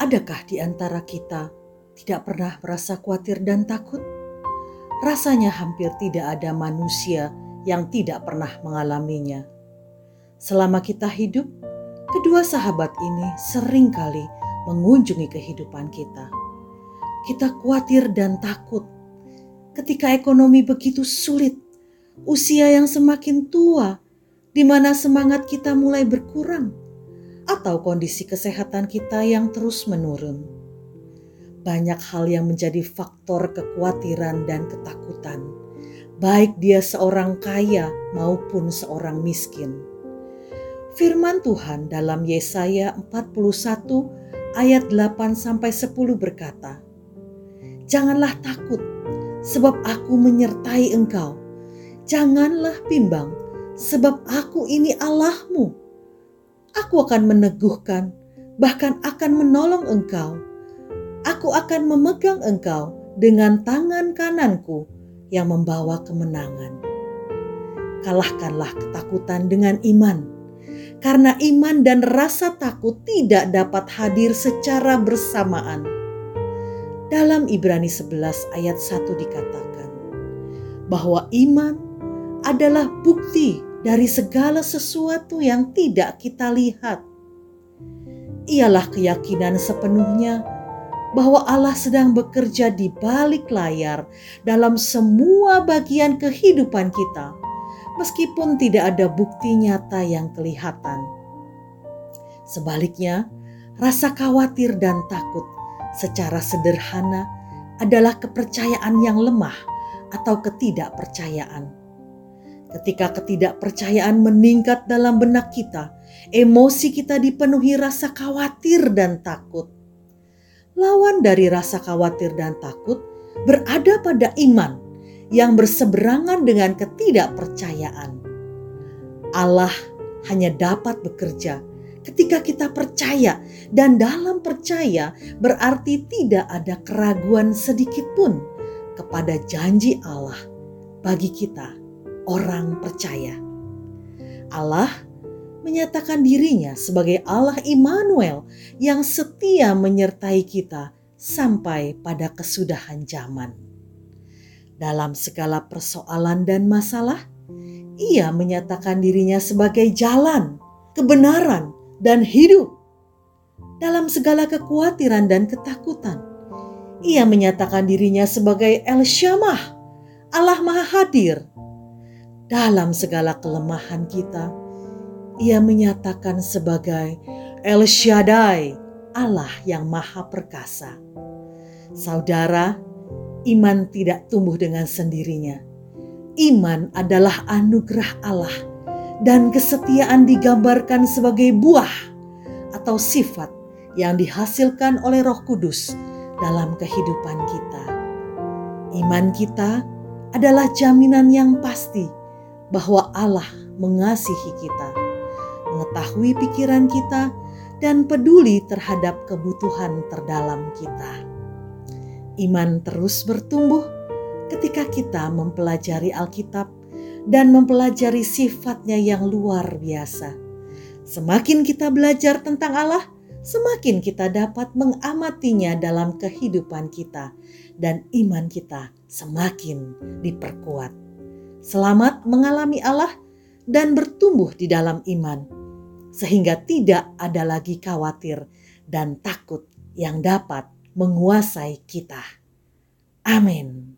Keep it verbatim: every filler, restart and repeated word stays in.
Adakah di antara kita tidak pernah merasa khawatir dan takut? Rasanya hampir tidak ada manusia yang tidak pernah mengalaminya. Selama kita hidup, kedua sahabat ini seringkali mengunjungi kehidupan kita. Kita khawatir dan takut ketika ekonomi begitu sulit, usia yang semakin tua, di mana semangat kita mulai berkurang, atau kondisi kesehatan kita yang terus menurun. Banyak hal yang menjadi faktor kekhawatiran dan ketakutan, baik dia seorang kaya maupun seorang miskin. Firman Tuhan dalam Yesaya empat puluh satu ayat delapan sampai sepuluh berkata, "Janganlah takut, sebab aku menyertai engkau. Janganlah bimbang, sebab aku ini Allahmu. Aku akan meneguhkan, bahkan akan menolong engkau. Aku akan memegang engkau dengan tangan kananku yang membawa kemenangan." Kalahkanlah ketakutan dengan iman, karena iman dan rasa takut tidak dapat hadir secara bersamaan. Dalam Ibrani sebelas ayat satu dikatakan bahwa iman adalah bukti dari segala sesuatu yang tidak kita lihat. Ialah keyakinan sepenuhnya bahwa Allah sedang bekerja di balik layar dalam semua bagian kehidupan kita, meskipun tidak ada bukti nyata yang kelihatan. Sebaliknya, rasa khawatir dan takut secara sederhana adalah kepercayaan yang lemah atau ketidakpercayaan. Ketika ketidakpercayaan meningkat dalam benak kita, emosi kita dipenuhi rasa khawatir dan takut. Lawan dari rasa khawatir dan takut berada pada iman yang berseberangan dengan ketidakpercayaan. Allah hanya dapat bekerja ketika kita percaya, dan dalam percaya berarti tidak ada keraguan sedikit pun kepada janji Allah bagi kita, orang percaya. Allah menyatakan dirinya sebagai Allah Immanuel yang setia menyertai kita sampai pada kesudahan zaman. Dalam segala persoalan dan masalah, Ia menyatakan dirinya sebagai jalan, kebenaran, dan hidup. Dalam segala kekhawatiran dan ketakutan, Ia menyatakan dirinya sebagai El Shammah, Allah Maha Hadir. Dalam segala kelemahan kita, Ia menyatakan sebagai El Shaddai, Allah yang Maha Perkasa. Saudara, iman tidak tumbuh dengan sendirinya. Iman adalah anugerah Allah, dan kesetiaan digambarkan sebagai buah atau sifat yang dihasilkan oleh Roh Kudus dalam kehidupan kita. Iman kita adalah jaminan yang pasti bahwa Allah mengasihi kita, mengetahui pikiran kita, dan peduli terhadap kebutuhan terdalam kita. Iman terus bertumbuh ketika kita mempelajari Alkitab dan mempelajari sifatnya yang luar biasa. Semakin kita belajar tentang Allah, semakin kita dapat mengamatinya dalam kehidupan kita, dan iman kita semakin diperkuat. Selamat mengalami Allah dan bertumbuh di dalam iman, sehingga tidak ada lagi khawatir dan takut yang dapat menguasai kita. Amin.